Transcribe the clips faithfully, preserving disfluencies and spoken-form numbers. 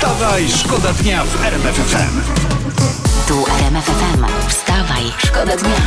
Wstawaj, szkoda dnia w R M F F M. Tu R M F F M. Wstawaj, szkoda dnia.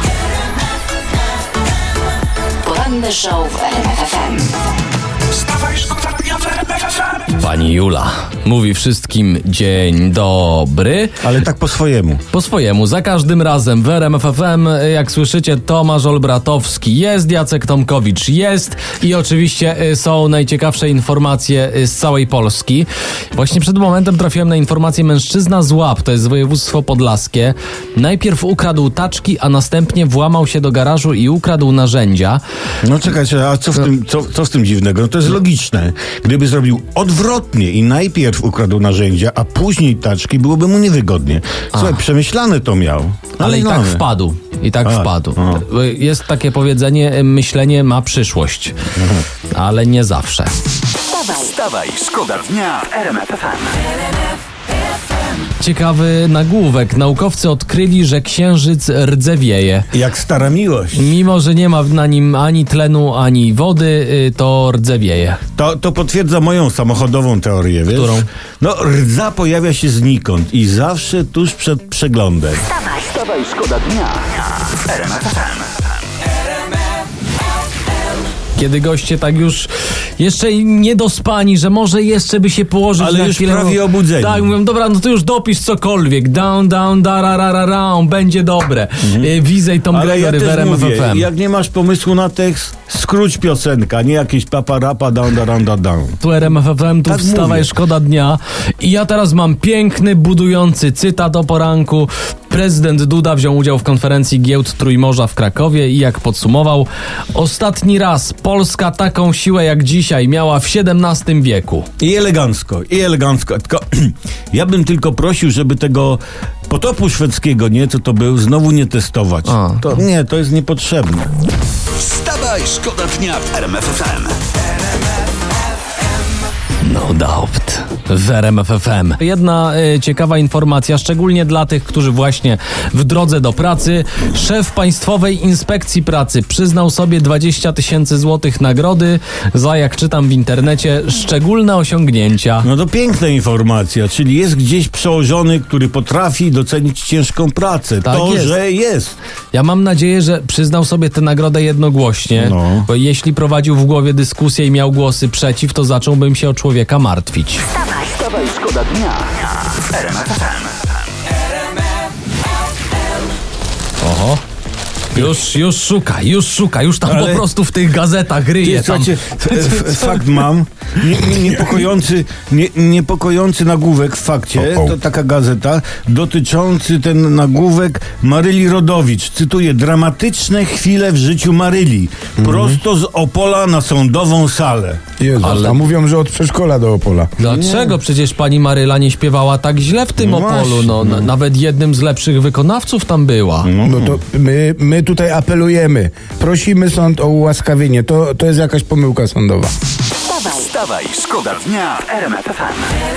Poranny show w R M F F M. Wstawaj, szkoda dnia w R M F F M. Pani Jula mówi wszystkim dzień dobry. Ale tak po swojemu. Po swojemu, za każdym razem w R M F F M, jak słyszycie, Tomasz Olbratowski jest, Jacek Tomkowicz jest i oczywiście są najciekawsze informacje z całej Polski. Właśnie przed momentem trafiłem na informację: mężczyzna z Łap, to jest województwo podlaskie, najpierw ukradł taczki, a następnie włamał się do garażu i ukradł narzędzia. No czekajcie, a co w tym, co, co z tym dziwnego? No to jest logiczne. Gdyby zrobił odwrotnie i najpierw ukradł narzędzia, a później taczki, byłoby mu niewygodnie. Słuchaj, przemyślane to miał. Ale, Ale i tak mamy. wpadł. I tak A, wpadł. a. Jest takie powiedzenie: myślenie ma przyszłość. Ale nie zawsze. Wstawaj, Wstawaj, szkoda dnia w R M F F M. Ciekawy nagłówek. Naukowcy odkryli, że księżyc rdzewieje. Jak stara miłość. Mimo że nie ma na nim ani tlenu, ani wody, y, to rdzewieje. To, to potwierdza moją samochodową teorię, wiesz? Którą? No, rdza pojawia się znikąd i zawsze tuż przed przeglądem. wstawaj, Wstawaj, szkoda dnia w R M F F M. Kiedy goście tak już jeszcze niedospani, że może jeszcze by się położyć Ale na już chwilę. prawie obudzeni. Tak, mówią: dobra, no to już dopisz cokolwiek. Down, down, da, ra, ra, ra, ra, będzie dobre. Mhm. Wizej Tom Ale ja Gregory w też R M F mówię, F M. jak nie masz pomysłu na tekst, skróć piosenka, nie jakieś paparapa, down, down, down, down. Tu R M F F M, tu Tak wstawaj, mówię. szkoda dnia. I ja teraz mam piękny, budujący cytat o poranku. Prezydent Duda wziął udział w konferencji Giełd Trójmorza w Krakowie i jak podsumował: ostatni raz Polska taką siłę jak dzisiaj miała w siedemnastym wieku. I elegancko, i elegancko. Tylko, ja bym tylko prosił, żeby tego potopu szwedzkiego, nie, co to był, znowu nie testować. A. To, nie, to jest niepotrzebne. Wstawaj, szkoda dnia w R M F F M. No doubt. W R M F F M. Jedna y, ciekawa informacja, szczególnie dla tych, którzy właśnie w drodze do pracy. Szef Państwowej Inspekcji Pracy przyznał sobie dwadzieścia tysięcy złotych nagrody za, jak czytam w internecie, szczególne osiągnięcia. No to piękna informacja, czyli jest gdzieś przełożony, który potrafi docenić ciężką pracę. Tak to, jest. że jest. Ja mam nadzieję, że przyznał sobie tę nagrodę jednogłośnie, No. bo jeśli prowadził w głowie dyskusję i miał głosy przeciw, to zacząłbym się o człowieka martwić. wstawaj, Wstawaj, szkoda dnia w R M F F M. Oho. Już, już szuka, już szuka, już tam Ale- po prostu w tych gazetach ryje. Ty, Tam. słuchajcie, f- f- fakt mam, nie, nie, niepokojący, nie, niepokojący nagłówek w Fakcie, O, o. to taka gazeta, dotyczący ten nagłówek Maryli Rodowicz. Cytuję: dramatyczne chwile w życiu Maryli. Prosto z Opola na sądową salę. Jezus, Ale- a mówią, że od przedszkola do Opola. Dlaczego? Przecież pani Maryla nie śpiewała tak źle w tym No Opolu. właśnie, No, na, nawet jednym z lepszych wykonawców tam była. No to my, my tutaj apelujemy. Prosimy sąd o ułaskawienie. To, to jest jakaś pomyłka sądowa. wstawaj, Wstawaj, szkoda dnia w R M F F M.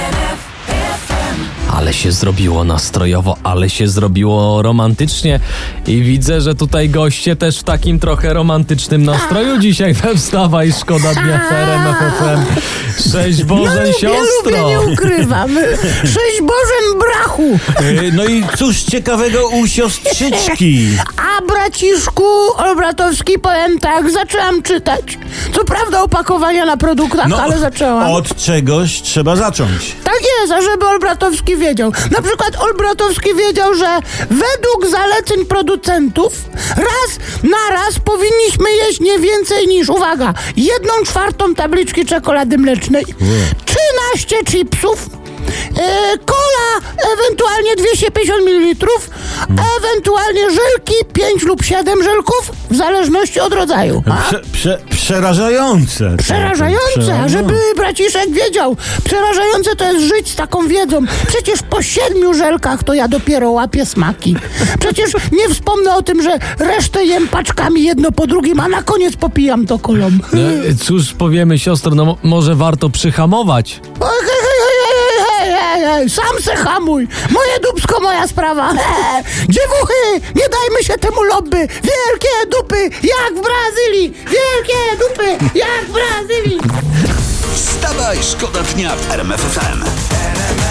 Ale się zrobiło nastrojowo, ale się zrobiło romantycznie i widzę, że tutaj goście też w takim trochę romantycznym nastroju dzisiaj we Wstawaj, szkoda dnia w R M F F M. Cześć Boże, Lubię, siostro! lubię, nie ukrywam. Sześć Bożen brachu. E, No i cóż ciekawego u siostrzyczki? A braciszku Olbratowski, powiem tak, zaczęłam czytać. Co prawda opakowania na produktach, No, ale zaczęłam. od czegoś trzeba zacząć. Tak jest, a żeby Olbratowski wiedział. Na przykład Olbratowski wiedział, że według zaleceń producentów raz na raz powinniśmy jeść nie więcej niż, uwaga, jedną czwartą tabliczki czekolady mlecznej, trzynaście chipsów, e, cola ewentualnie dwieście pięćdziesiąt mililitrów, ewentualnie żelki pięć lub siedem żelków, w zależności od rodzaju. A? Prze, prze, przerażające. Przerażające, a żeby braciszek wiedział. Przerażające to jest żyć z taką wiedzą. Przecież po siedmiu żelkach to ja dopiero łapię smaki. Przecież nie wspomnę o tym, że resztę jem paczkami jedno po drugim, a na koniec popijam to kolą. No, cóż powiemy, siostro, no mo- może warto przyhamować. Oj, hej, hej, hej, hej, hej, hej, sam se hamuj. Moje dupsko, moja sprawa. He, dziewuchy, nie dajmy się temu lobby. Wielkie dupy, jak w Brazylii. Wielkie dupy, jak w Brazylii. Wstawaj, szkoda dnia w R M F F M.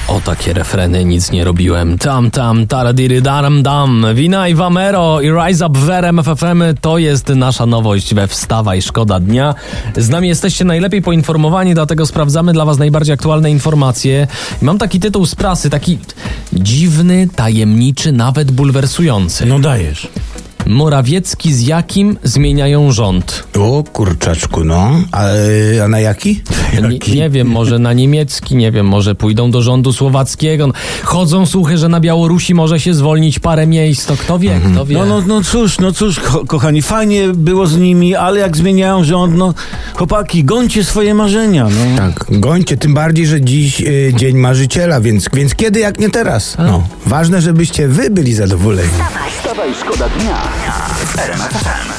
O takie refreny nic nie robiłem. Tam, tam, taradiry, daram, dam. Wina i Wamero i Rise Up w R M F F M to jest nasza nowość we Wstawaj, szkoda dnia. Z nami jesteście najlepiej poinformowani, dlatego sprawdzamy dla was najbardziej aktualne informacje. I mam taki tytuł z prasy, taki dziwny, tajemniczy, nawet bulwersujący. No dajesz. Morawiecki z jakim zmieniają rząd? O kurczaczku, no. A, a na jaki? Nie, nie wiem, może na niemiecki, nie wiem, może pójdą do rządu słowackiego. Chodzą słuchy, że na Białorusi może się zwolnić parę miejsc, to kto wie, kto wie. No, no, no cóż, no cóż, ko- kochani, fajnie było z nimi, ale jak zmieniają rząd, no chłopaki, gońcie swoje marzenia, no. Tak, gońcie, tym bardziej, że dziś y, Dzień Marzyciela, więc, więc kiedy jak nie teraz? No. Ważne, żebyście wy byli zadowoleni. Wstawaj, szkoda dnia w R M F F M.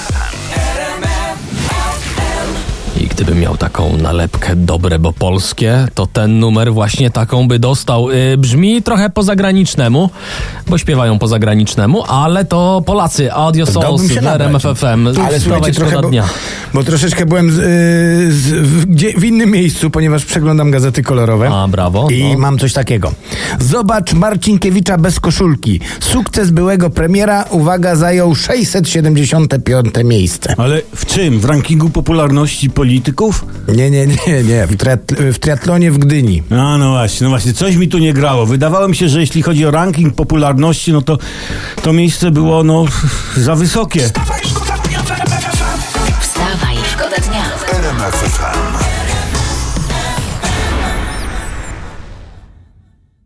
I gdybym miał taką nalepkę dobre, bo polskie, to ten numer właśnie taką by dostał. Yy, brzmi trochę po zagranicznemu, bo śpiewają po zagranicznemu, ale to Polacy, Audio Souls Dałbym się w R M F F M. Ale słuchajcie, trochę, bo, dnia. bo troszeczkę byłem z, y, z, w, gdzie, w innym miejscu, ponieważ przeglądam gazety kolorowe. A, brawo. I No. mam coś takiego. Zobacz Marcinkiewicza bez koszulki. Sukces byłego premiera, uwaga, zajął sześćset siedemdziesiąte piąte miejsce. Ale w czym? W rankingu popularności polityków? Nie, nie, nie, nie. W, triatl- w triatlonie w Gdyni. A no właśnie, no właśnie, coś mi tu nie grało. Wydawało mi się, że jeśli chodzi o ranking popularności, no to to miejsce było no za wysokie. Wstawaj, szkoda